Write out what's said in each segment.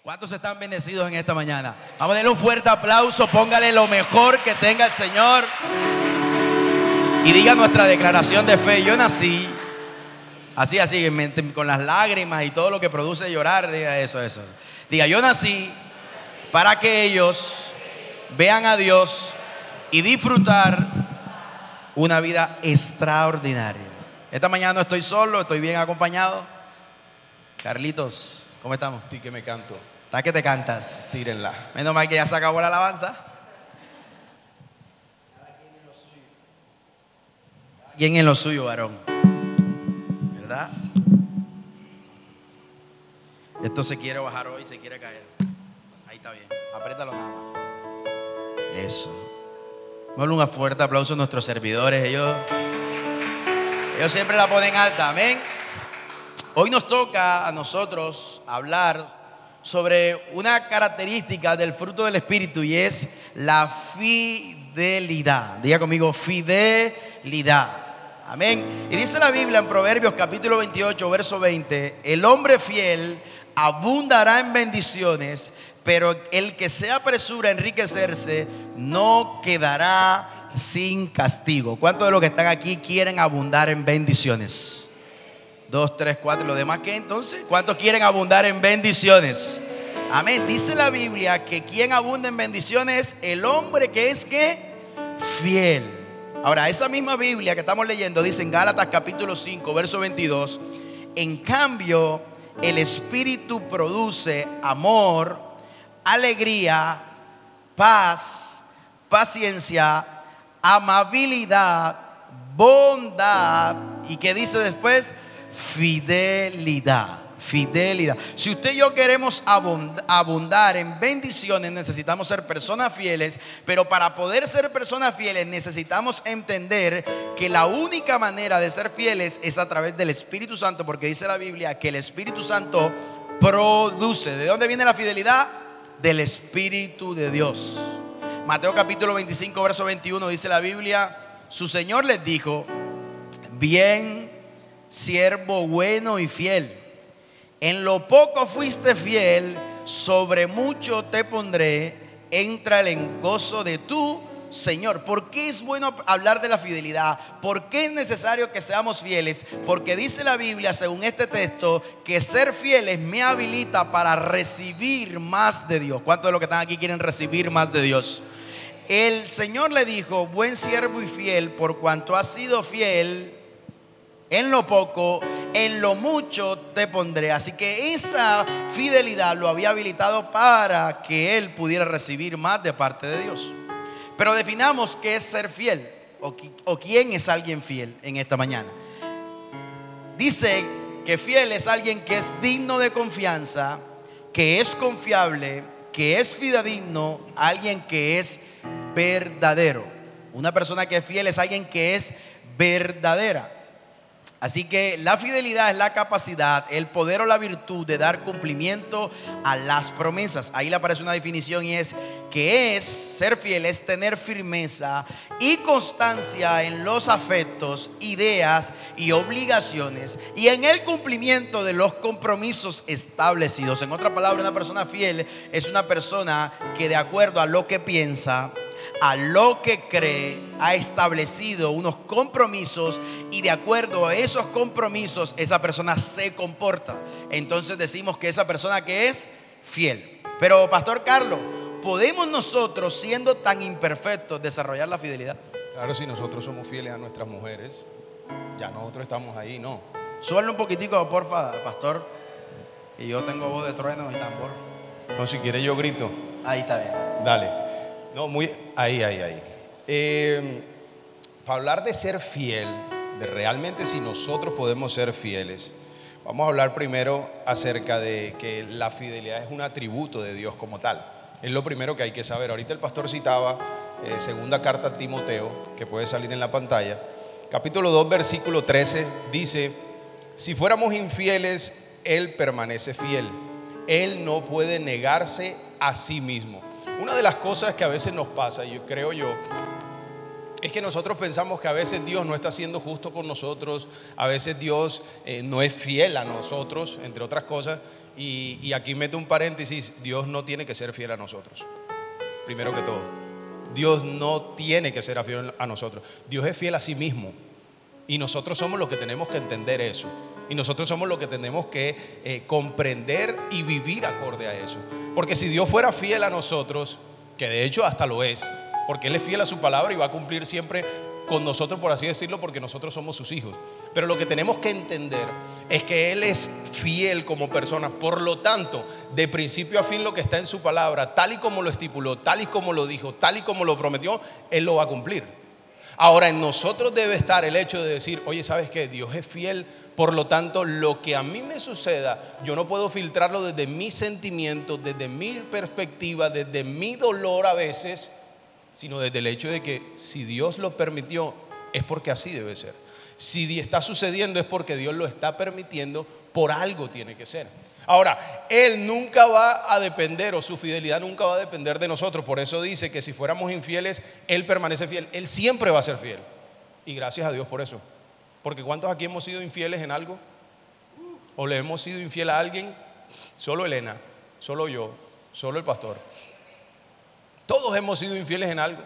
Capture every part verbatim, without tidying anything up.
¿Cuántos están bendecidos en esta mañana? Vamos a darle un fuerte aplauso, póngale lo mejor que tenga el Señor. Y diga nuestra declaración de fe. Yo nací, así, así, con las lágrimas y todo lo que produce llorar, diga eso, eso. Diga, yo nací para que ellos vean a Dios y disfrutar una vida extraordinaria. Esta mañana no estoy solo, estoy bien acompañado. Carlitos, ¿cómo estamos? Sí, que me canto. ¿Estás que te cantas? Tírenla. Menos mal que ya se acabó la alabanza. ¿Quién en lo suyo, varón? ¿Verdad? Esto se quiere bajar hoy, se quiere caer. Ahí está bien. Apriétalo nada más. Eso. Dale un fuerte aplauso a nuestros servidores. Ellos, ellos siempre la ponen alta. Amén. Hoy nos toca a nosotros hablar sobre una característica del fruto del Espíritu y es la fidelidad. Diga conmigo, fidelidad. Amén. Y dice la Biblia en Proverbios capítulo veintiocho, verso veinte: el hombre fiel abundará en bendiciones, pero el que se apresura a enriquecerse no quedará sin castigo. ¿Cuántos de los que están aquí quieren abundar en bendiciones? Dos, tres, cuatro. ¿Los demás qué entonces? ¿Cuántos quieren abundar en bendiciones? Amén. Dice la Biblia que quien abunda en bendiciones es el hombre que es ¿qué? Fiel. Ahora, esa misma Biblia que estamos leyendo dice en Gálatas capítulo cinco, verso veintidós: en cambio, el Espíritu produce amor, alegría, paz, paciencia, amabilidad, bondad. ¿Y qué dice después? Fidelidad. Fidelidad. Si usted y yo queremos abundar en bendiciones, necesitamos ser personas fieles. Pero para poder ser personas fieles necesitamos entender que la única manera de ser fieles es a través del Espíritu Santo, porque dice la Biblia que el Espíritu Santo produce. ¿De dónde viene la fidelidad? Del Espíritu de Dios. Mateo capítulo veinticinco, verso veintiuno, dice la Biblia: su Señor les dijo: bien, siervo bueno y fiel, en lo poco fuiste fiel, sobre mucho te pondré, entra en gozo de tu Señor. ¿Por qué es bueno hablar de la fidelidad? ¿Por qué es necesario que seamos fieles? Porque dice la Biblia, según este texto, que ser fieles me habilita para recibir más de Dios. ¿Cuántos de los que están aquí quieren recibir más de Dios? El Señor le dijo: buen siervo y fiel, por cuanto has sido fiel en lo poco, en lo mucho te pondré. Así que esa fidelidad lo había habilitado para que él pudiera recibir más de parte de Dios. Pero definamos qué es ser fiel, o, o quién es alguien fiel en esta mañana. Dice que fiel es alguien que es digno de confianza, que es confiable, que es fidedigno, alguien que es verdadero. Una persona que es fiel es alguien que es verdadera. Así que la fidelidad es la capacidad, el poder o la virtud de dar cumplimiento a las promesas. Ahí le aparece una definición y es que es ser fiel, es tener firmeza y constancia en los afectos, ideas y obligaciones y en el cumplimiento de los compromisos establecidos. En otra palabra, una persona fiel es una persona que, de acuerdo a lo que piensa, a lo que cree, ha establecido unos compromisos, y de acuerdo a esos compromisos esa persona se comporta. Entonces decimos que esa persona que es fiel. Pero Pastor Carlos, ¿podemos nosotros, siendo tan imperfectos, desarrollar la fidelidad? Claro, si nosotros somos fieles a nuestras mujeres, ya nosotros estamos ahí, ¿no? Súbanle un poquitico, porfa, Pastor, que yo tengo voz de trueno y tambor. No, si quiere yo grito. Ahí está bien. Dale. No, muy, ahí, ahí, ahí. Eh, para hablar de ser fiel, de realmente si nosotros podemos ser fieles, vamos a hablar primero acerca de que la fidelidad es un atributo de Dios como tal. Es lo primero que hay que saber. Ahorita el pastor citaba eh, segunda carta a Timoteo, que puede salir en la pantalla. Capítulo dos, versículo trece, dice: si fuéramos infieles, Él permanece fiel. Él no puede negarse a sí mismo. Una de las cosas que a veces nos pasa, yo creo yo, es que nosotros pensamos que a veces Dios no está siendo justo con nosotros, a veces Dios eh, no es fiel a nosotros, entre otras cosas, y, y aquí meto un paréntesis, Dios no tiene que ser fiel a nosotros. Primero que todo, Dios no tiene que ser fiel a nosotros. Dios es fiel a sí mismo. Y nosotros somos los que tenemos que entender eso. Y nosotros somos los que tenemos que eh, comprender y vivir acorde a eso. Porque si Dios fuera fiel a nosotros, que de hecho hasta lo es, porque Él es fiel a su palabra y va a cumplir siempre con nosotros, por así decirlo, porque nosotros somos sus hijos. Pero lo que tenemos que entender es que Él es fiel como persona. Por lo tanto, de principio a fin lo que está en su palabra, tal y como lo estipuló, tal y como lo dijo, tal y como lo prometió, Él lo va a cumplir. Ahora en nosotros debe estar el hecho de decir, oye, ¿sabes qué? Dios es fiel. Por lo tanto, lo que a mí me suceda, yo no puedo filtrarlo desde mis sentimientos, desde mi perspectiva, desde mi dolor a veces, sino desde el hecho de que si Dios lo permitió, es porque así debe ser. Si está sucediendo es porque Dios lo está permitiendo, por algo tiene que ser. Ahora, Él nunca va a depender, o su fidelidad nunca va a depender de nosotros. Por eso dice que si fuéramos infieles, Él permanece fiel. Él siempre va a ser fiel. Y gracias a Dios por eso. Porque ¿cuántos aquí hemos sido infieles en algo? ¿O le hemos sido infiel a alguien? Solo Elena, solo yo, solo el pastor. Todos hemos sido infieles en algo.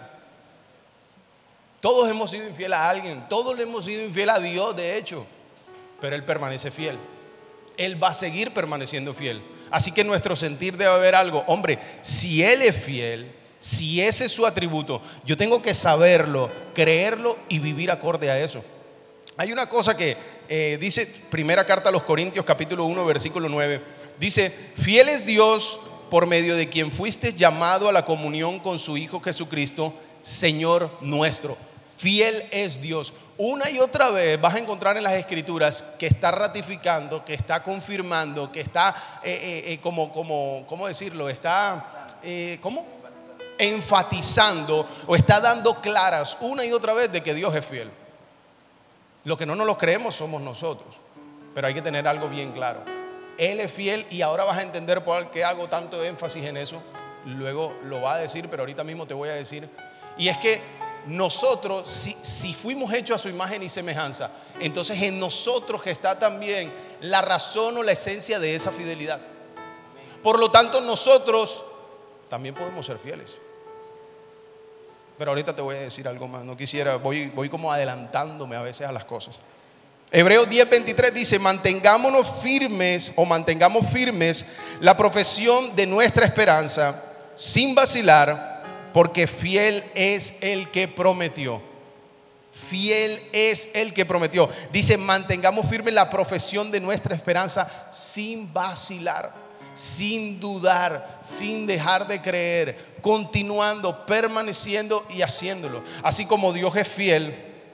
Todos hemos sido infieles a alguien. Todos le hemos sido infieles a Dios, de hecho. Pero Él permanece fiel. Él va a seguir permaneciendo fiel. Así que en nuestro sentir debe haber algo. Hombre, si Él es fiel, si ese es su atributo, yo tengo que saberlo, creerlo y vivir acorde a eso. Hay una cosa que eh, dice primera carta a los Corintios capítulo uno versículo nueve. Dice, fiel es Dios por medio de quien fuiste llamado a la comunión con su Hijo Jesucristo, Señor nuestro. Fiel es Dios. Una y otra vez vas a encontrar en las Escrituras que está ratificando, que está confirmando, que está, eh, eh, eh, como, como, ¿cómo decirlo? Está, eh, ¿cómo? Enfatizando o está dando claras una y otra vez de que Dios es fiel. Lo que no nos lo creemos somos nosotros. Pero hay que tener algo bien claro. Él es fiel y ahora vas a entender por qué hago tanto énfasis en eso. Luego lo va a decir, pero ahorita mismo te voy a decir. Y es que nosotros, si, si fuimos hechos a su imagen y semejanza, entonces en nosotros está también la razón o la esencia de esa fidelidad. Por lo tanto, nosotros también podemos ser fieles. Pero ahorita te voy a decir algo más. No quisiera, voy, voy como adelantándome a veces a las cosas. Hebreos diez veintitrés dice, mantengámonos firmes o mantengamos firmes la profesión de nuestra esperanza sin vacilar, porque fiel es el que prometió. Fiel es el que prometió. Dice, mantengamos firme la profesión de nuestra esperanza sin vacilar, sin dudar, sin dejar de creer, continuando, permaneciendo y haciéndolo. Así como Dios es fiel,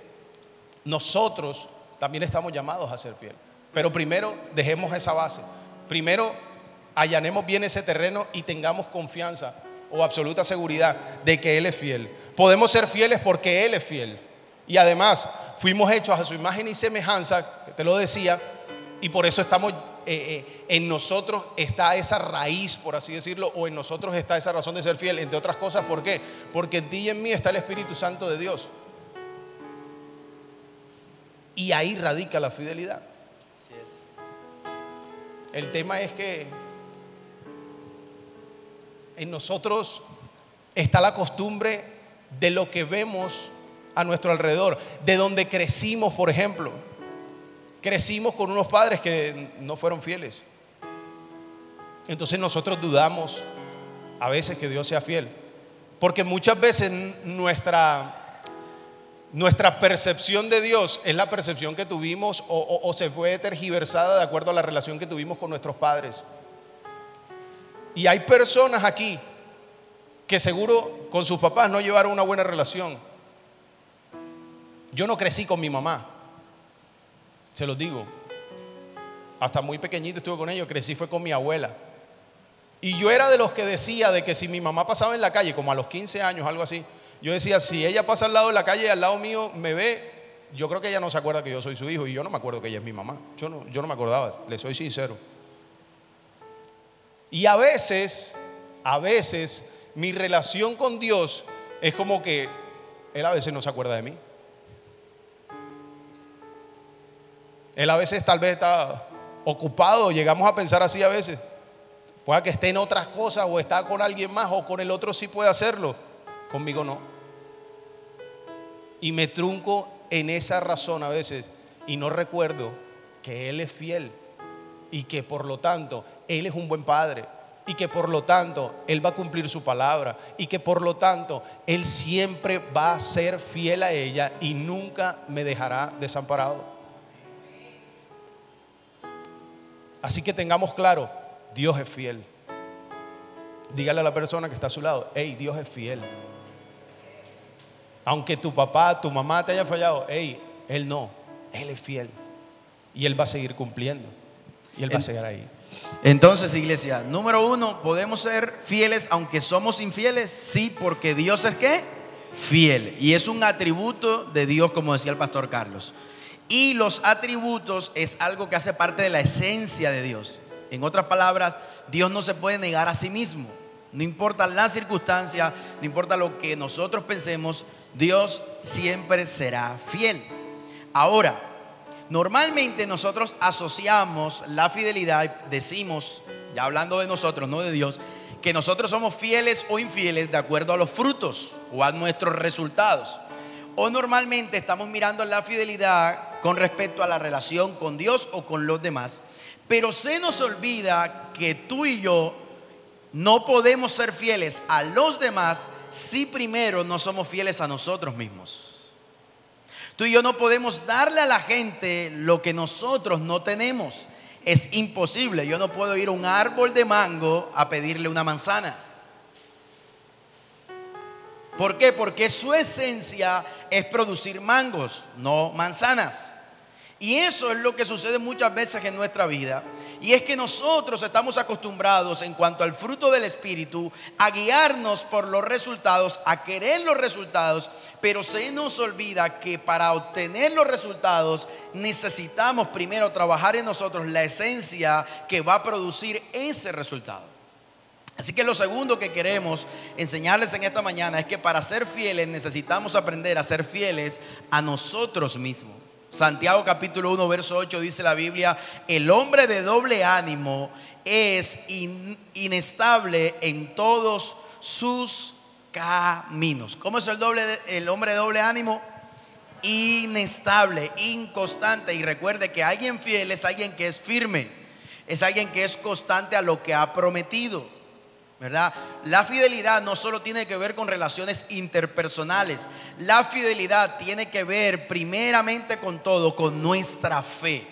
nosotros también estamos llamados a ser fiel. Pero primero dejemos esa base. Primero allanemos bien ese terreno y tengamos confianza o absoluta seguridad de que Él es fiel. Podemos ser fieles porque Él es fiel. Y además fuimos hechos a su imagen y semejanza, que te lo decía, y por eso estamos, eh, eh, en nosotros está esa raíz, por así decirlo, o en nosotros está esa razón de ser fiel, entre otras cosas. ¿Por qué? Porque en ti y en mí está el Espíritu Santo de Dios. Y ahí radica la fidelidad. Así es. El tema es que en nosotros está la costumbre de lo que vemos a nuestro alrededor, de donde crecimos. Por ejemplo, crecimos con unos padres que no fueron fieles. Entonces nosotros dudamos a veces que Dios sea fiel, porque muchas veces nuestra Nuestra percepción de Dios es la percepción que tuvimos o, o, o se fue tergiversada de acuerdo a la relación que tuvimos con nuestros padres. Y hay personas aquí que seguro con sus papás no llevaron una buena relación. Yo no crecí con mi mamá, se los digo. Hasta muy pequeñito estuve con ellos, crecí fue con mi abuela. Y yo era de los que decía de que si mi mamá pasaba en la calle, como a los quince años, algo así, yo decía, si ella pasa al lado de la calle y al lado mío me ve, yo creo que ella no se acuerda que yo soy su hijo. Y yo no me acuerdo que ella es mi mamá. Yo no, yo no me acordaba, le soy sincero. Y a veces, a veces, mi relación con Dios es como que Él a veces no se acuerda de mí. Él a veces tal vez está ocupado, llegamos a pensar así a veces. Pueda que esté en otras cosas o está con alguien más o con el otro sí puede hacerlo. Conmigo no. Y me trunco en esa razón a veces y no recuerdo que Él es fiel y que por lo tanto Él es un buen padre y que por lo tanto Él va a cumplir su palabra y que por lo tanto Él siempre va a ser fiel a ella y nunca me dejará desamparado. Así que tengamos claro, Dios es fiel. Dígale a la persona que está a su lado, hey, Dios es fiel. Aunque tu papá, tu mamá te haya fallado, hey, Él no, Él es fiel. Y Él va a seguir cumpliendo. Y Él va a seguir ahí. Entonces, iglesia, número uno, ¿podemos ser fieles aunque somos infieles? Sí, porque Dios es ¿qué? Fiel. Y es un atributo de Dios, como decía el pastor Carlos. Y los atributos es algo que hace parte de la esencia de Dios. En otras palabras, Dios no se puede negar a sí mismo. No importa la circunstancia, no importa lo que nosotros pensemos, Dios siempre será fiel. Ahora, normalmente nosotros asociamos la fidelidad, decimos, ya hablando de nosotros, no de Dios, que nosotros somos fieles o infieles de acuerdo a los frutos o a nuestros resultados. O normalmente estamos mirando la fidelidad con respecto a la relación con Dios o con los demás. Pero se nos olvida que tú y yo no podemos ser fieles a los demás si primero no somos fieles a nosotros mismos. Tú y yo no podemos darle a la gente lo que nosotros no tenemos. Es imposible. Yo no puedo ir a un árbol de mango a pedirle una manzana. ¿Por qué? Porque su esencia es producir mangos, no manzanas. Y eso es lo que sucede muchas veces en nuestra vida. Y es que nosotros estamos acostumbrados en cuanto al fruto del Espíritu a guiarnos por los resultados, a querer los resultados, pero se nos olvida que para obtener los resultados necesitamos primero trabajar en nosotros la esencia que va a producir ese resultado. Así que lo segundo que queremos enseñarles en esta mañana es que para ser fieles necesitamos aprender a ser fieles a nosotros mismos. Santiago capítulo uno verso ocho dice la Biblia: el hombre de doble ánimo es in, inestable en todos sus caminos. ¿Cómo es el, doble, el hombre de doble ánimo? Inestable, inconstante. Y recuerde que alguien fiel es alguien que es firme, es alguien que es constante a lo que ha prometido, ¿verdad? La fidelidad no solo tiene que ver con relaciones interpersonales. La fidelidad tiene que ver primeramente con todo, con nuestra fe.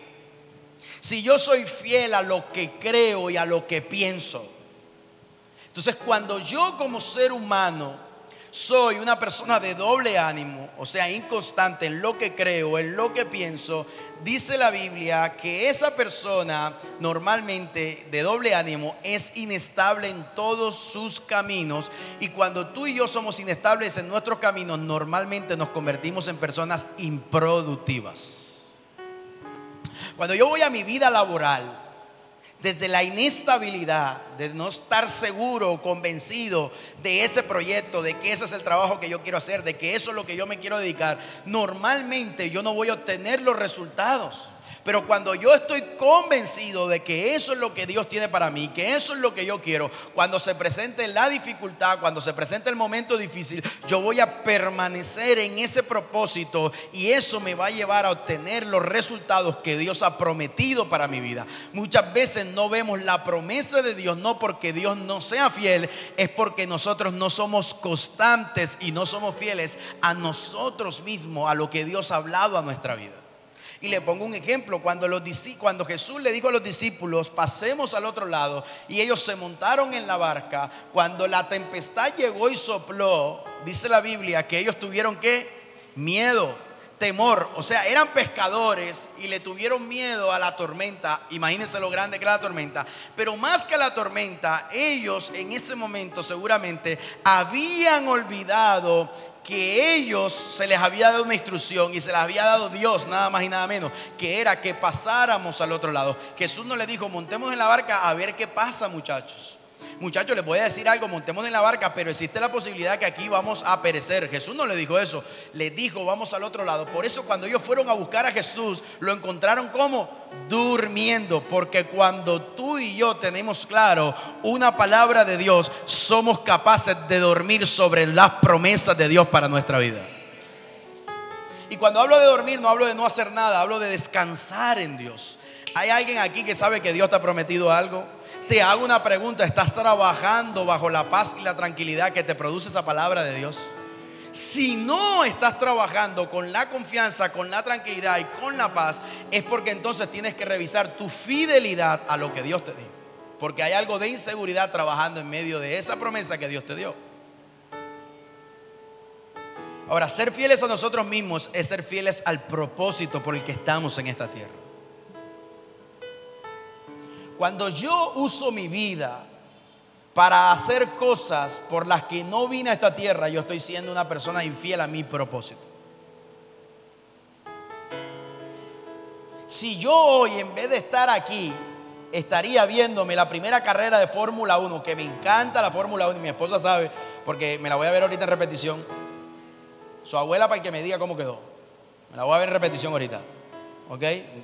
Si yo soy fiel a lo que creo y a lo que pienso, entonces cuando yo como ser humano soy una persona de doble ánimo, o sea, inconstante en lo que creo, en lo que pienso, dice la Biblia que esa persona normalmente de doble ánimo es inestable en todos sus caminos. Y cuando tú y yo somos inestables en nuestros caminos, normalmente nos convertimos en personas improductivas. Cuando yo voy a mi vida laboral, desde la inestabilidad, de no estar seguro o convencido de ese proyecto, de que ese es el trabajo que yo quiero hacer, de que eso es lo que yo me quiero dedicar, normalmente yo no voy a obtener los resultados. Pero cuando yo estoy convencido de que eso es lo que Dios tiene para mí, que eso es lo que yo quiero, cuando se presente la dificultad, cuando se presente el momento difícil, yo voy a permanecer en ese propósito y eso me va a llevar a obtener los resultados que Dios ha prometido para mi vida. Muchas veces no vemos la promesa de Dios, no porque Dios no sea fiel, es porque nosotros no somos constantes y no somos fieles a nosotros mismos, a lo que Dios ha hablado a nuestra vida. Y le pongo un ejemplo: cuando, los, cuando Jesús le dijo a los discípulos pasemos al otro lado y ellos se montaron en la barca, cuando la tempestad llegó y sopló, dice la Biblia que ellos tuvieron ¿qué? Miedo, temor. O sea, eran pescadores y le tuvieron miedo a la tormenta. Imagínense lo grande que era la tormenta. Pero más que la tormenta, ellos en ese momento seguramente habían olvidado que ellos se les había dado una instrucción y se les había dado Dios, nada más y nada menos, que era que pasáramos al otro lado. Jesús no le dijo montemos en la barca a ver qué pasa, muchachos. Muchachos, les voy a decir algo, montemos en la barca, pero existe la posibilidad que aquí vamos a perecer. Jesús no le dijo eso, les dijo vamos al otro lado. Por eso cuando ellos fueron a buscar a Jesús, lo encontraron como durmiendo. Porque cuando tú y yo tenemos claro una palabra de Dios, somos capaces de dormir sobre las promesas de Dios para nuestra vida. Y cuando hablo de dormir, no hablo de no hacer nada, hablo de descansar en Dios. ¿Hay alguien aquí que sabe que Dios te ha prometido algo? Te hago una pregunta, ¿estás trabajando bajo la paz y la tranquilidad que te produce esa palabra de Dios? Si no estás trabajando con la confianza, con la tranquilidad y con la paz, es porque entonces tienes que revisar tu fidelidad a lo que Dios te dio. Porque hay algo de inseguridad trabajando en medio de esa promesa que Dios te dio. Ahora, ser fieles a nosotros mismos es ser fieles al propósito por el que estamos en esta tierra. Cuando yo uso mi vida para hacer cosas por las que no vine a esta tierra, yo estoy siendo una persona infiel a mi propósito. Si yo hoy, en vez de estar aquí, estaría viéndome la primera carrera de Fórmula uno, que me encanta la Fórmula uno y mi esposa sabe, porque me la voy a ver ahorita en repetición. Su abuela, para que me diga cómo quedó, me la voy a ver en repetición ahorita, ¿ok?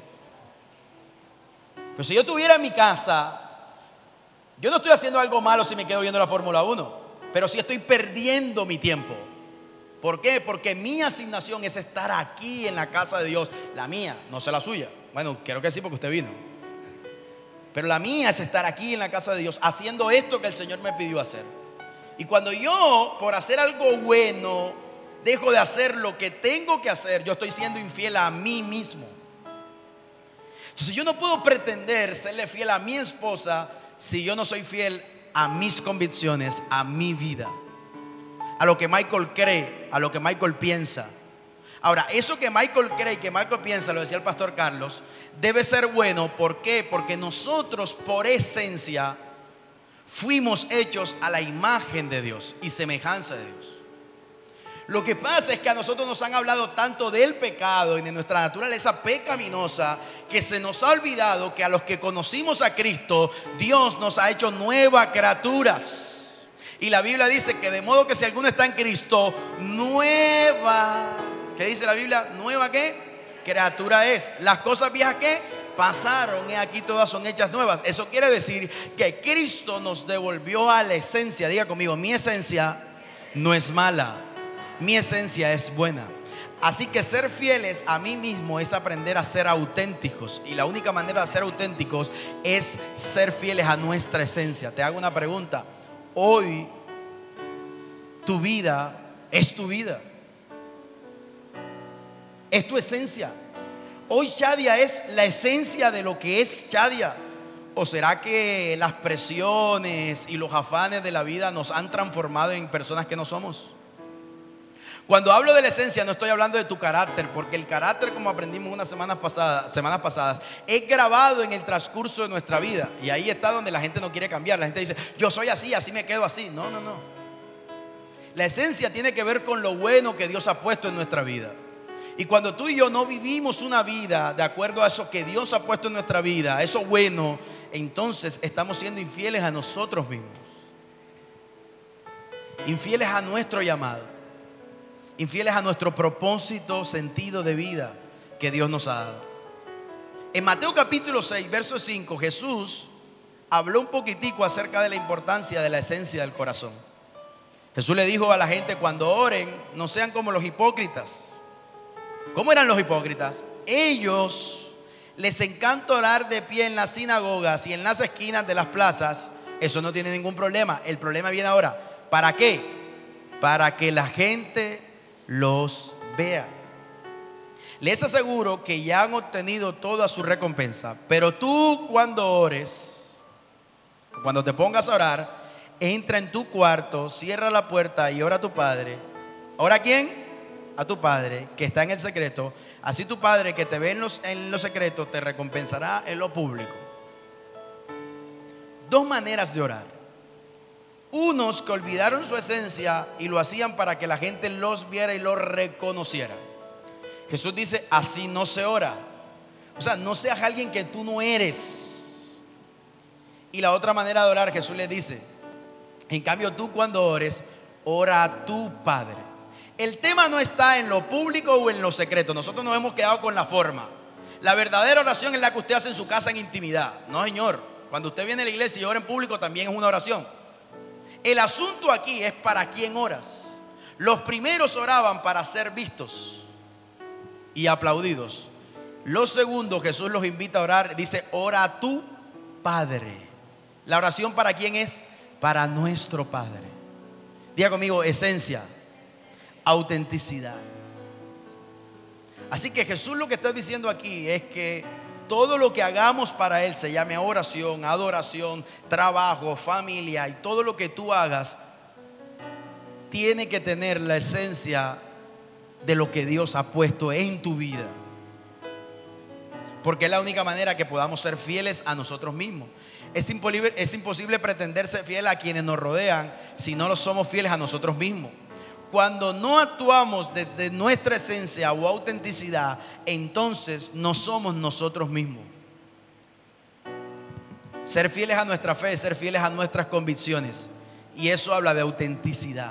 Pero si yo estuviera en mi casa, yo no estoy haciendo algo malo si me quedo viendo la Fórmula uno, pero sí estoy perdiendo mi tiempo. ¿Por qué? Porque mi asignación es estar aquí en la casa de Dios. La mía, no sé la suya. Bueno, creo que sí porque usted vino. Pero la mía es estar aquí en la casa de Dios haciendo esto que el Señor me pidió hacer. Y cuando yo, por hacer algo bueno, dejo de hacer lo que tengo que hacer, yo estoy siendo infiel a mí mismo. Entonces yo no puedo pretender serle fiel a mi esposa si yo no soy fiel a mis convicciones, a mi vida, a lo que Michael cree, a lo que Michael piensa. Ahora, eso que Michael cree y que Michael piensa, lo decía el pastor Carlos, debe ser bueno. ¿Por qué? Porque nosotros por esencia fuimos hechos a la imagen de Dios y semejanza de Dios. Lo que pasa es que a nosotros nos han hablado tanto del pecado y de nuestra naturaleza pecaminosa que se nos ha olvidado que a los que conocimos a Cristo, Dios nos ha hecho nuevas criaturas. Y la Biblia dice que de modo que si alguno está en Cristo, nueva, ¿qué dice la Biblia? ¿Nueva qué? Criatura es. Las cosas viejas ¿qué? Pasaron y aquí todas son hechas nuevas. Eso quiere decir que Cristo nos devolvió a la esencia. Diga conmigo, mi esencia no es mala. Mi esencia es buena. Así que ser fieles a mí mismo es aprender a ser auténticos. Y la única manera de ser auténticos es ser fieles a nuestra esencia. Te hago una pregunta. Hoy tu vida es tu vida. Es tu esencia. Hoy Shadia es la esencia de lo que es Shadia. ¿O será que las presiones y los afanes de la vida nos han transformado en personas que no somos? Cuando hablo de la esencia no estoy hablando de tu carácter, porque el carácter, como aprendimos unas semanas pasadas, semanas pasadas, es grabado en el transcurso de nuestra vida. Y ahí está donde la gente no quiere cambiar. La gente dice, yo soy así, así me quedo así. No, no, no. La esencia tiene que ver con lo bueno que Dios ha puesto en nuestra vida. Y cuando tú y yo no vivimos una vida de acuerdo a eso que Dios ha puesto en nuestra vida, a eso bueno, entonces estamos siendo infieles a nosotros mismos. Infieles a nuestro llamado. Infieles a nuestro propósito, sentido de vida que Dios nos ha dado. En Mateo capítulo seis, verso cinco, Jesús habló un poquitico acerca de la importancia de la esencia del corazón. Jesús le dijo a la gente, cuando oren, no sean como los hipócritas. ¿Cómo eran los hipócritas? Ellos les encanta orar de pie en las sinagogas y en las esquinas de las plazas. Eso no tiene ningún problema. El problema viene ahora. ¿Para qué? Para que la gente los vea. Les aseguro que ya han obtenido toda su recompensa. Pero tú, cuando ores, cuando te pongas a orar, entra en tu cuarto, cierra la puerta y ora a tu Padre. ¿Ora a quién? A tu Padre que está en el secreto. Así tu Padre que te ve en los, en los secretos te recompensará en lo público. Dos maneras de orar. Unos que olvidaron su esencia y lo hacían para que la gente los viera y los reconociera. Jesús dice, así no se ora. O sea, no seas alguien que tú no eres. Y la otra manera de orar, Jesús les dice, en cambio tú cuando ores, ora a tu Padre. El tema no está en lo público o en lo secreto. Nosotros nos hemos quedado con la forma. La verdadera oración es la que usted hace en su casa en intimidad. No, señor. Cuando usted viene a la iglesia y ora en público también es una oración. El asunto aquí es para quién oras. Los primeros oraban para ser vistos y aplaudidos. Los segundos, Jesús los invita a orar. Dice, ora a tu Padre. La oración para quién es? Para nuestro Padre. Diga conmigo, esencia, autenticidad. Así que Jesús lo que está diciendo aquí es que todo lo que hagamos para Él, se llame oración, adoración, trabajo, familia, y todo lo que tú hagas tiene que tener la esencia de lo que Dios ha puesto en tu vida, porque es la única manera que podamos ser fieles a nosotros mismos. Es imposible, es imposible pretender ser fiel a quienes nos rodean si no lo somos fieles a nosotros mismos. Cuando no actuamos desde nuestra esencia o autenticidad, entonces no somos nosotros mismos. Ser fieles a nuestra fe es ser fieles a nuestras convicciones, y eso habla de autenticidad.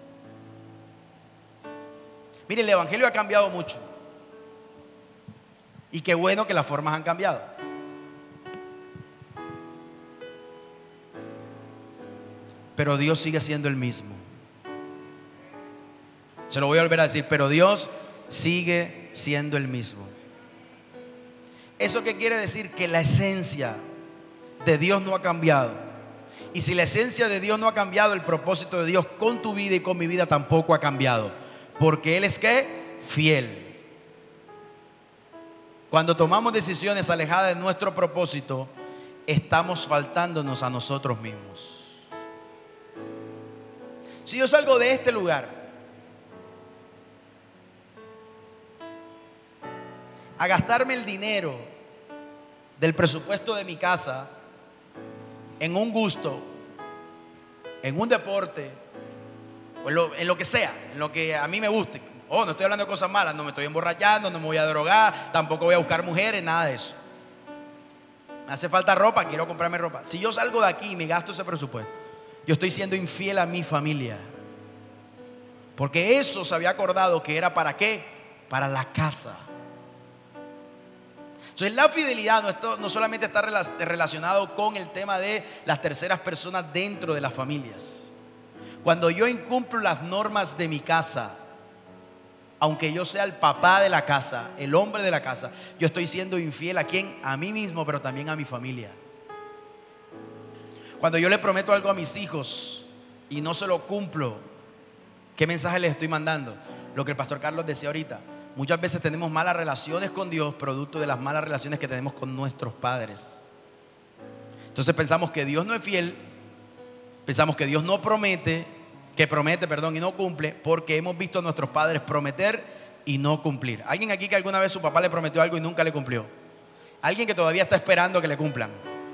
Mire, el evangelio ha cambiado mucho, y qué bueno que las formas han cambiado. Pero Dios sigue siendo el mismo. Se lo voy a volver a decir, pero Dios sigue siendo el mismo. ¿Eso qué quiere decir? Que la esencia de Dios no ha cambiado. Y si la esencia de Dios no ha cambiado, el propósito de Dios con tu vida y con mi vida tampoco ha cambiado. Porque Él es ¿qué? Fiel. Cuando tomamos decisiones alejadas de nuestro propósito, estamos faltándonos a nosotros mismos. Si yo salgo de este lugar a gastarme el dinero del presupuesto de mi casa en un gusto, en un deporte, o en lo, en lo que sea, en lo que a mí me guste. Oh, no estoy hablando de cosas malas, no me estoy emborrachando, no me voy a drogar, tampoco voy a buscar mujeres, nada de eso. Me hace falta ropa, quiero comprarme ropa. Si yo salgo de aquí y me gasto ese presupuesto, yo estoy siendo infiel a mi familia. Porque eso se había acordado que era ¿para qué? Para la casa. Entonces la fidelidad no, esto, no solamente está relacionado con el tema de las terceras personas dentro de las familias. Cuando yo incumplo las normas de mi casa, aunque yo sea el papá de la casa, el hombre de la casa, yo estoy siendo infiel ¿a quién? A mí mismo, pero también a mi familia. Cuando yo le prometo algo a mis hijos y no se lo cumplo, ¿qué mensaje les estoy mandando? Lo que el pastor Carlos decía ahorita. Muchas veces tenemos malas relaciones con Dios, producto de las malas relaciones que tenemos con nuestros padres. Entonces pensamos que Dios no es fiel, pensamos que Dios no promete, que promete, perdón, y no cumple, porque hemos visto a nuestros padres prometer y no cumplir. ¿Alguien aquí que alguna vez su papá le prometió algo y nunca le cumplió? ¿Alguien que todavía está esperando que le cumplan?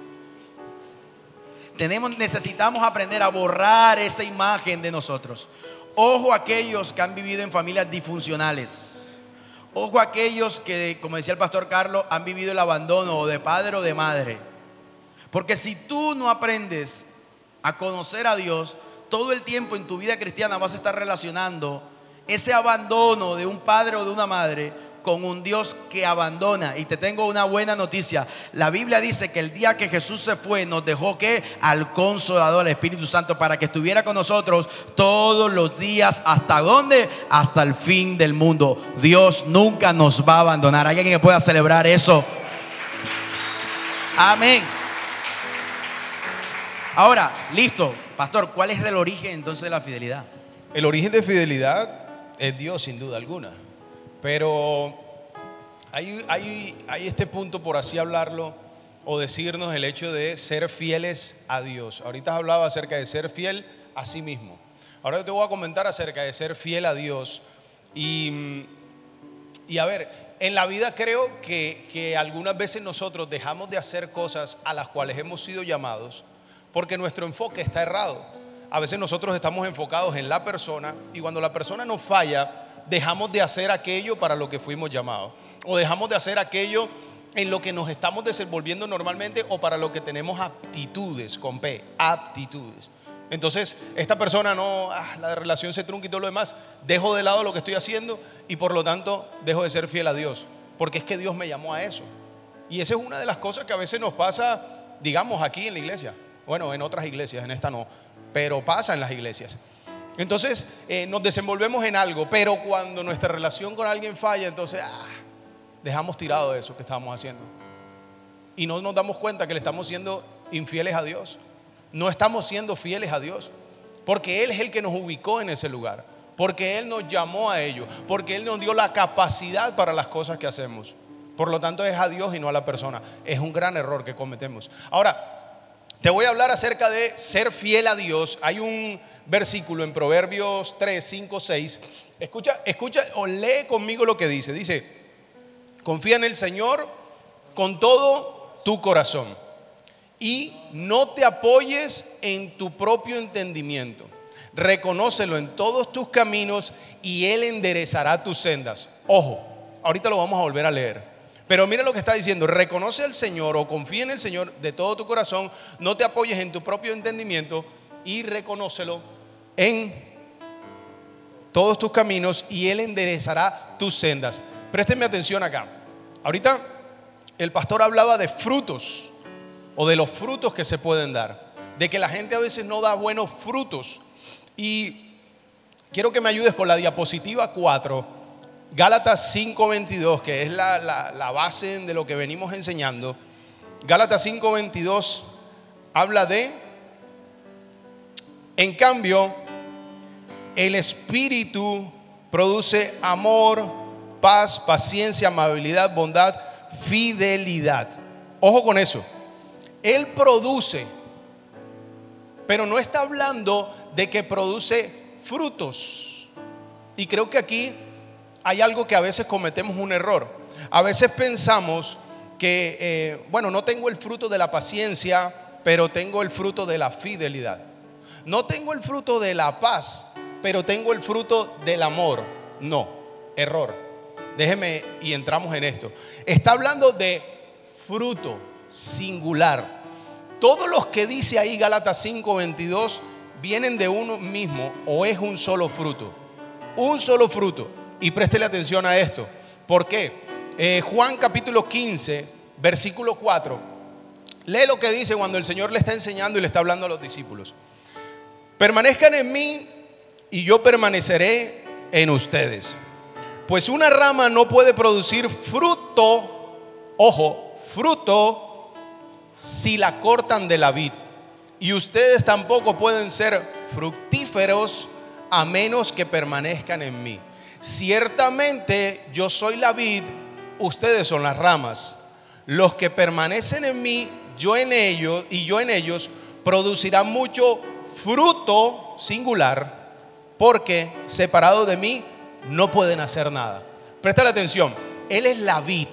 Tenemos, necesitamos aprender a borrar esa imagen de nosotros. Ojo a aquellos que han vivido en familias disfuncionales. Ojo a aquellos que, como decía el pastor Carlos, han vivido el abandono o de padre o de madre. Porque si tú no aprendes a conocer a Dios, todo el tiempo en tu vida cristiana vas a estar relacionando ese abandono de un padre o de una madre con un Dios que abandona. Y te tengo una buena noticia. La Biblia dice que el día que Jesús se fue, nos dejó ¿qué? Al Consolador, al Espíritu Santo, para que estuviera con nosotros todos los días. ¿Hasta dónde? Hasta el fin del mundo. Dios nunca nos va a abandonar. ¿Hay alguien que pueda celebrar eso? Amén. Ahora, listo, pastor, ¿cuál es el origen entonces de la fidelidad? El origen de fidelidad es Dios, sin duda alguna. Pero hay, hay, hay este punto, por así hablarlo, o decirnos el hecho de ser fieles a Dios. Ahorita hablaba acerca de ser fiel a sí mismo. Ahora yo te voy a comentar acerca de ser fiel a Dios. Y, y a ver, en la vida creo que, que algunas veces nosotros dejamos de hacer cosas a las cuales hemos sido llamados porque nuestro enfoque está errado. A veces nosotros estamos enfocados en la persona, y cuando la persona nos falla, dejamos de hacer aquello para lo que fuimos llamados, o dejamos de hacer aquello en lo que nos estamos desenvolviendo normalmente o para lo que tenemos aptitudes, con P, aptitudes. Entonces, esta persona no, ah, la relación se trunca y todo lo demás, dejo de lado lo que estoy haciendo y por lo tanto dejo de ser fiel a Dios, porque es que Dios me llamó a eso. Y esa es una de las cosas que a veces nos pasa, digamos, aquí en la iglesia. Bueno, en otras iglesias, en esta no, pero pasa en las iglesias. Entonces, eh, nos desenvolvemos en algo, pero cuando nuestra relación con alguien falla, entonces, ah, dejamos tirado eso que estábamos haciendo. Y no nos damos cuenta que le estamos siendo infieles a Dios. No estamos siendo fieles a Dios, porque Él es el que nos ubicó en ese lugar, porque Él nos llamó a ello, porque Él nos dio la capacidad para las cosas que hacemos. Por lo tanto, es a Dios y no a la persona. Es un gran error que cometemos. Ahora, te voy a hablar acerca de ser fiel a Dios. Hay un versículo en Proverbios tres, cinco, seis. Escucha, escucha o lee conmigo lo que dice. Dice: confía en el Señor con todo tu corazón y no te apoyes en tu propio entendimiento. Reconócelo en todos tus caminos y Él enderezará tus sendas. Ojo, ahorita lo vamos a volver a leer. Pero mira lo que está diciendo: reconoce al Señor o confía en el Señor de todo tu corazón, no te apoyes en tu propio entendimiento y reconócelo en todos tus caminos y Él enderezará tus sendas. Présteme atención acá. Ahorita el pastor hablaba de frutos o de los frutos que se pueden dar, de que la gente a veces no da buenos frutos. Y quiero que me ayudes con la diapositiva cuatro, Gálatas cinco veintidós, que es la, la, la base de lo que venimos enseñando. Gálatas cinco veintidós habla de: en cambio, el Espíritu produce amor, paz, paciencia, amabilidad, bondad, fidelidad. Ojo con eso. Él produce, pero no está hablando de que produce frutos. Y creo que aquí hay algo que a veces cometemos un error. A veces pensamos que, eh, bueno, no tengo el fruto de la paciencia, pero tengo el fruto de la fidelidad. No tengo el fruto de la paz, pero tengo el fruto del amor. No, error. Déjeme y entramos en esto. Está hablando de fruto singular. Todos los que dice ahí Gálatas cinco veintidós vienen de uno mismo o es un solo fruto. Un solo fruto. Y préstele atención a esto. ¿Por qué? Eh, Juan capítulo quince, versículo cuatro. Lee lo que dice cuando el Señor le está enseñando y le está hablando a los discípulos. Permanezcan en mí y yo permaneceré en ustedes. Pues una rama no puede producir fruto, ojo, fruto, si la cortan de la vid. Y ustedes tampoco pueden ser fructíferos a menos que permanezcan en mí. Ciertamente yo soy la vid, ustedes son las ramas. Los que permanecen en mí, yo en ellos y yo en ellos, producirán mucho fruto singular, porque separado de mí no pueden hacer nada. Presta la atención. Él es la vid,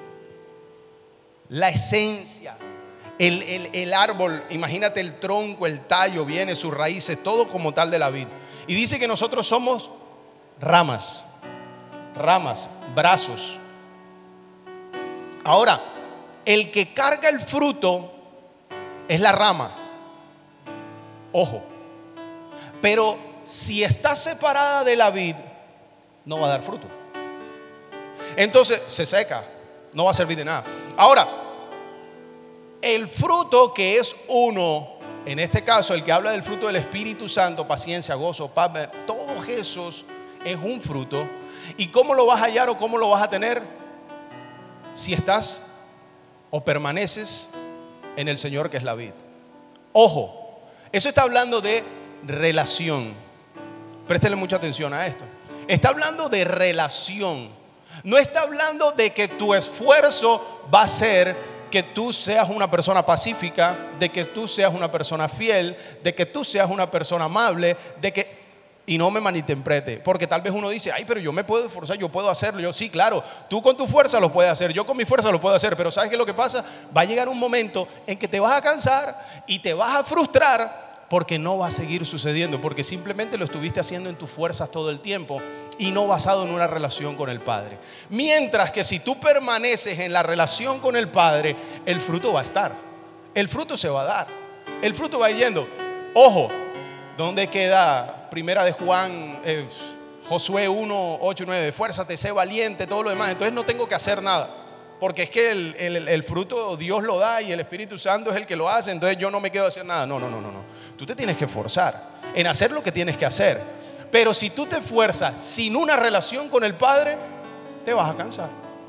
la esencia, el, el, el árbol. Imagínate el tronco, el tallo, viene, sus raíces, todo como tal de la vid. Y dice que nosotros somos ramas, ramas, brazos. Ahora, el que carga el fruto es la rama. Ojo. Pero si está separada de la vid, no va a dar fruto. Entonces se seca, no va a servir de nada. Ahora, el fruto que es uno, en este caso el que habla del fruto del Espíritu Santo, paciencia, gozo, paz, todos esos es un fruto. ¿Y cómo lo vas a hallar o cómo lo vas a tener? Si estás o permaneces en el Señor, que es la vid. Ojo, eso está hablando de relación. Préstele mucha atención a esto. Está hablando de relación. No está hablando de que tu esfuerzo va a ser que tú seas una persona pacífica, de que tú seas una persona fiel, de que tú seas una persona amable, de que... Y no me malinterprete, porque tal vez uno dice: ay, pero yo me puedo esforzar, yo puedo hacerlo. Yo sí, claro, tú con tu fuerza lo puedes hacer, yo con mi fuerza lo puedo hacer. Pero ¿sabes qué es lo que pasa? Va a llegar un momento en que te vas a cansar y te vas a frustrar, porque no va a seguir sucediendo, porque simplemente lo estuviste haciendo en tus fuerzas todo el tiempo y no basado en una relación con el Padre. Mientras que si tú permaneces en la relación con el Padre, el fruto va a estar, el fruto se va a dar, el fruto va yendo. Ojo, ¿dónde queda Primera de Juan, eh, Josué uno, ocho y nueve? Esfuérzate, sé valiente, todo lo demás. Entonces no tengo que hacer nada, porque es que el, el, el fruto Dios lo da y el Espíritu Santo es el que lo hace. Entonces yo no me quedo a hacer nada. No, no, no, no, no. Tú te tienes que esforzar en hacer lo que tienes que hacer. Pero si tú te esfuerzas sin una relación con el Padre, te vas a cansar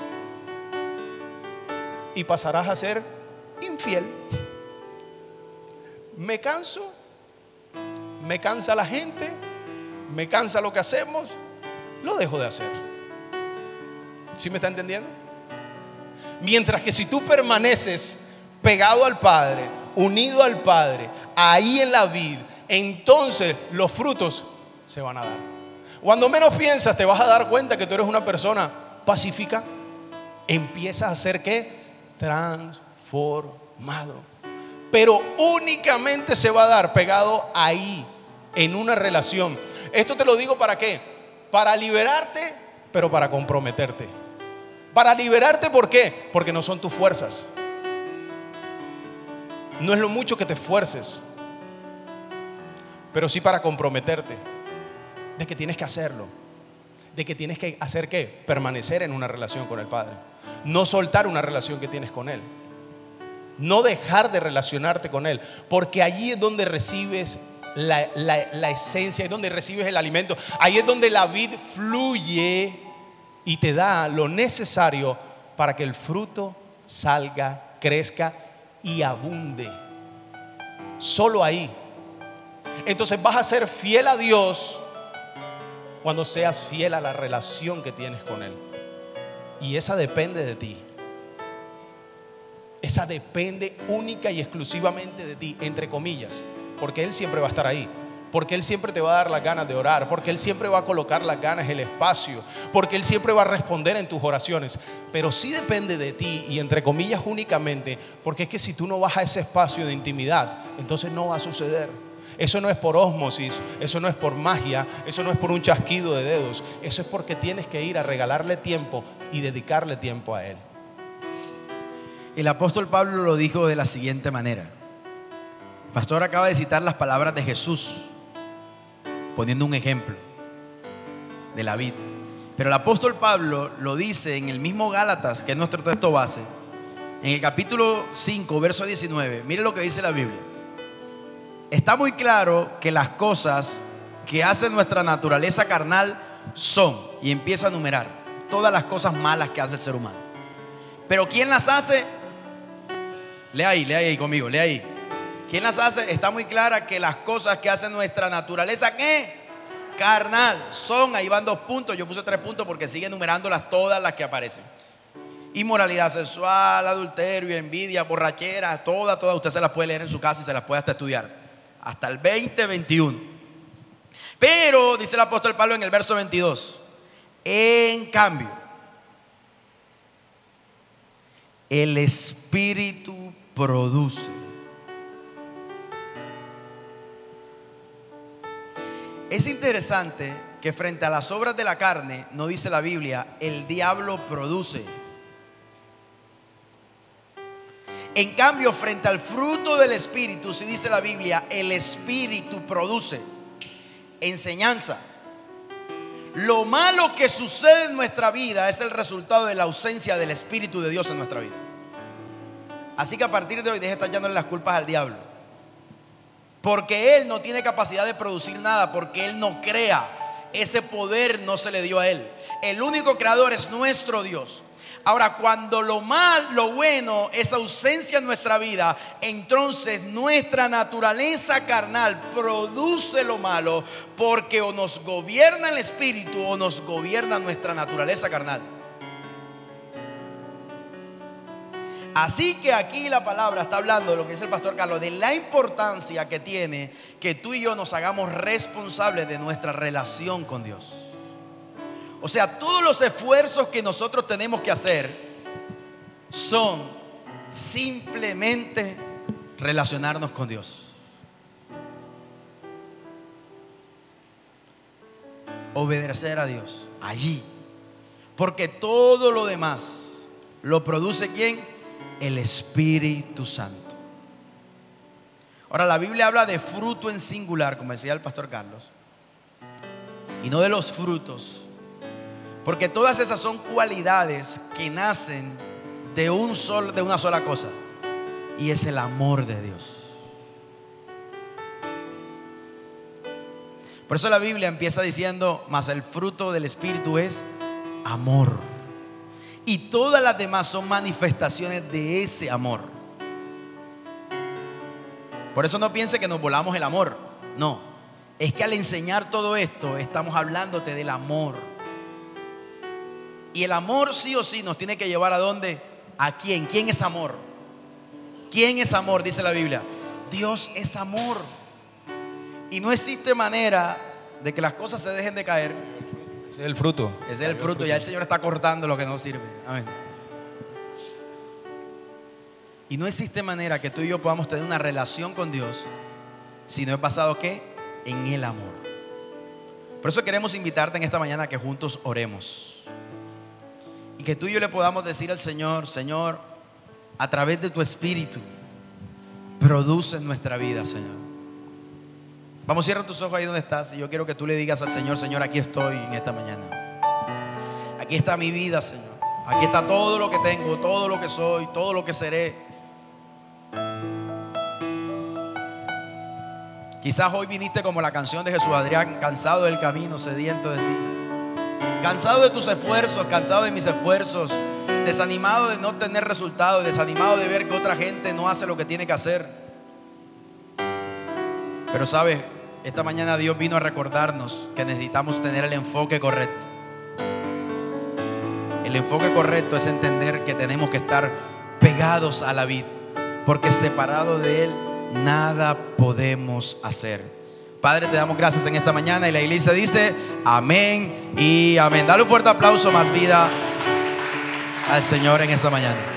y pasarás a ser infiel. Me canso, me cansa la gente, me cansa lo que hacemos, lo dejo de hacer. ¿Sí me está entendiendo? Mientras que si tú permaneces pegado al Padre, unido al Padre, ahí en la vid, entonces los frutos se van a dar. Cuando menos piensas, te vas a dar cuenta que tú eres una persona pacífica. Empiezas a ser ¿qué? Transformado. Pero únicamente se va a dar pegado ahí, en una relación. Esto te lo digo ¿para qué? Para liberarte, pero para comprometerte. Para liberarte, ¿por qué? Porque no son tus fuerzas. No es lo mucho que te esfuerces, pero sí para comprometerte. De que tienes que hacerlo. De que tienes que hacer ¿qué? Permanecer en una relación con el Padre. No soltar una relación que tienes con Él. No dejar de relacionarte con Él. Porque allí es donde recibes la, la, la esencia, es donde recibes el alimento. Ahí es donde la vid fluye y te da lo necesario para que el fruto salga, crezca y abunde. Solo ahí. Entonces vas a ser fiel a Dios cuando seas fiel a la relación que tienes con Él. Y esa depende de ti. Esa depende única y exclusivamente de ti, entre comillas. Porque Él siempre va a estar ahí. Porque Él siempre te va a dar las ganas de orar. Porque Él siempre va a colocar las ganas, el espacio. Porque Él siempre va a responder en tus oraciones. Pero sí depende de ti y entre comillas únicamente. Porque es que si tú no vas a ese espacio de intimidad, entonces no va a suceder. Eso no es por ósmosis, eso no es por magia, eso no es por un chasquido de dedos. Eso es porque tienes que ir a regalarle tiempo y dedicarle tiempo a Él. El apóstol Pablo lo dijo de la siguiente manera. El pastor acaba de citar las palabras de Jesús, poniendo un ejemplo de la vid. Pero el apóstol Pablo lo dice en el mismo Gálatas, que es nuestro texto base, en el capítulo cinco, verso diecinueve. Mire lo que dice la Biblia. Está muy claro que las cosas que hace nuestra naturaleza carnal son, y empieza a enumerar todas las cosas malas que hace el ser humano. Pero ¿quién las hace? Lea ahí, lea ahí conmigo, lea ahí. ¿Quién las hace? Está muy clara que las cosas que hace nuestra naturaleza, ¿qué? Carnal, son, ahí van dos puntos, yo puse tres puntos porque sigue enumerándolas todas las que aparecen. Inmoralidad sexual, adulterio, envidia, borrachera, todas, todas, usted se las puede leer en su casa y se las puede hasta estudiar. Hasta el veinte veintiuno. Pero, dice el apóstol Pablo en el verso veintidós, en cambio, el Espíritu produce. Es interesante que frente a las obras de la carne, no dice la Biblia, el diablo produce. En cambio, frente al fruto del Espíritu, si dice la Biblia, el Espíritu produce enseñanza. Lo malo que sucede en nuestra vida es el resultado de la ausencia del Espíritu de Dios en nuestra vida. Así que a partir de hoy, deje de estar echándole las culpas al diablo. Porque Él no tiene capacidad de producir nada, porque Él no crea. Ese poder no se le dio a Él. El único creador es nuestro Dios. Ahora, cuando lo mal, lo bueno es ausencia en nuestra vida, entonces nuestra naturaleza carnal produce lo malo, porque o nos gobierna el espíritu o nos gobierna nuestra naturaleza carnal. Así que aquí la palabra está hablando de lo que dice el pastor Carlos, de la importancia que tiene que tú y yo nos hagamos responsables de nuestra relación con Dios. O sea, todos los esfuerzos que nosotros tenemos que hacer son simplemente relacionarnos con Dios. obedecer a Dios, allí. Porque todo lo demás lo produce ¿quién? El Espíritu Santo. Ahora, la Biblia habla de fruto en singular, como decía el pastor Carlos, y no de los frutos, porque todas esas son cualidades que nacen de, un solo, de una sola cosa, y es el amor de Dios. Por eso la Biblia empieza diciendo, mas el fruto del Espíritu es amor. Y todas las demás son manifestaciones de ese amor. Por eso no piense que nos volamos el amor. No, es que al enseñar todo esto estamos hablándote del amor. Y el amor sí o sí nos tiene que llevar a dónde, a quién. ¿Quién es amor? ¿Quién es amor? Dice la Biblia. Dios es amor. Y no existe manera de que las cosas se dejen de caer. Ese es el fruto. Ese es el fruto. Ya el Señor está cortando lo que no sirve. Amén. Y no existe manera que tú y yo podamos tener una relación con Dios si no es basado ¿qué? En el amor. Por eso queremos invitarte en esta mañana a que juntos oremos. Y que tú y yo le podamos decir al Señor: Señor, a través de tu Espíritu, produce en nuestra vida, Señor. Vamos, cierra tus ojos ahí donde estás. Y yo quiero que tú le digas al Señor: Señor, aquí estoy en esta mañana. Aquí está mi vida, Señor. Aquí está todo lo que tengo, todo lo que soy, todo lo que seré. Quizás hoy viniste como la canción de Jesús Adrián, cansado del camino, sediento de ti. Cansado de tus esfuerzos, cansado de mis esfuerzos, desanimado de no tener resultados, desanimado de ver que otra gente no hace lo que tiene que hacer. Pero sabes, esta mañana Dios vino a recordarnos que necesitamos tener el enfoque correcto. El enfoque correcto es entender que tenemos que estar pegados a la vid, porque separado de Él nada podemos hacer. Padre, te damos gracias en esta mañana. Y la iglesia dice amén y amén. Dale un fuerte aplauso, Más Vida, al Señor en esta mañana.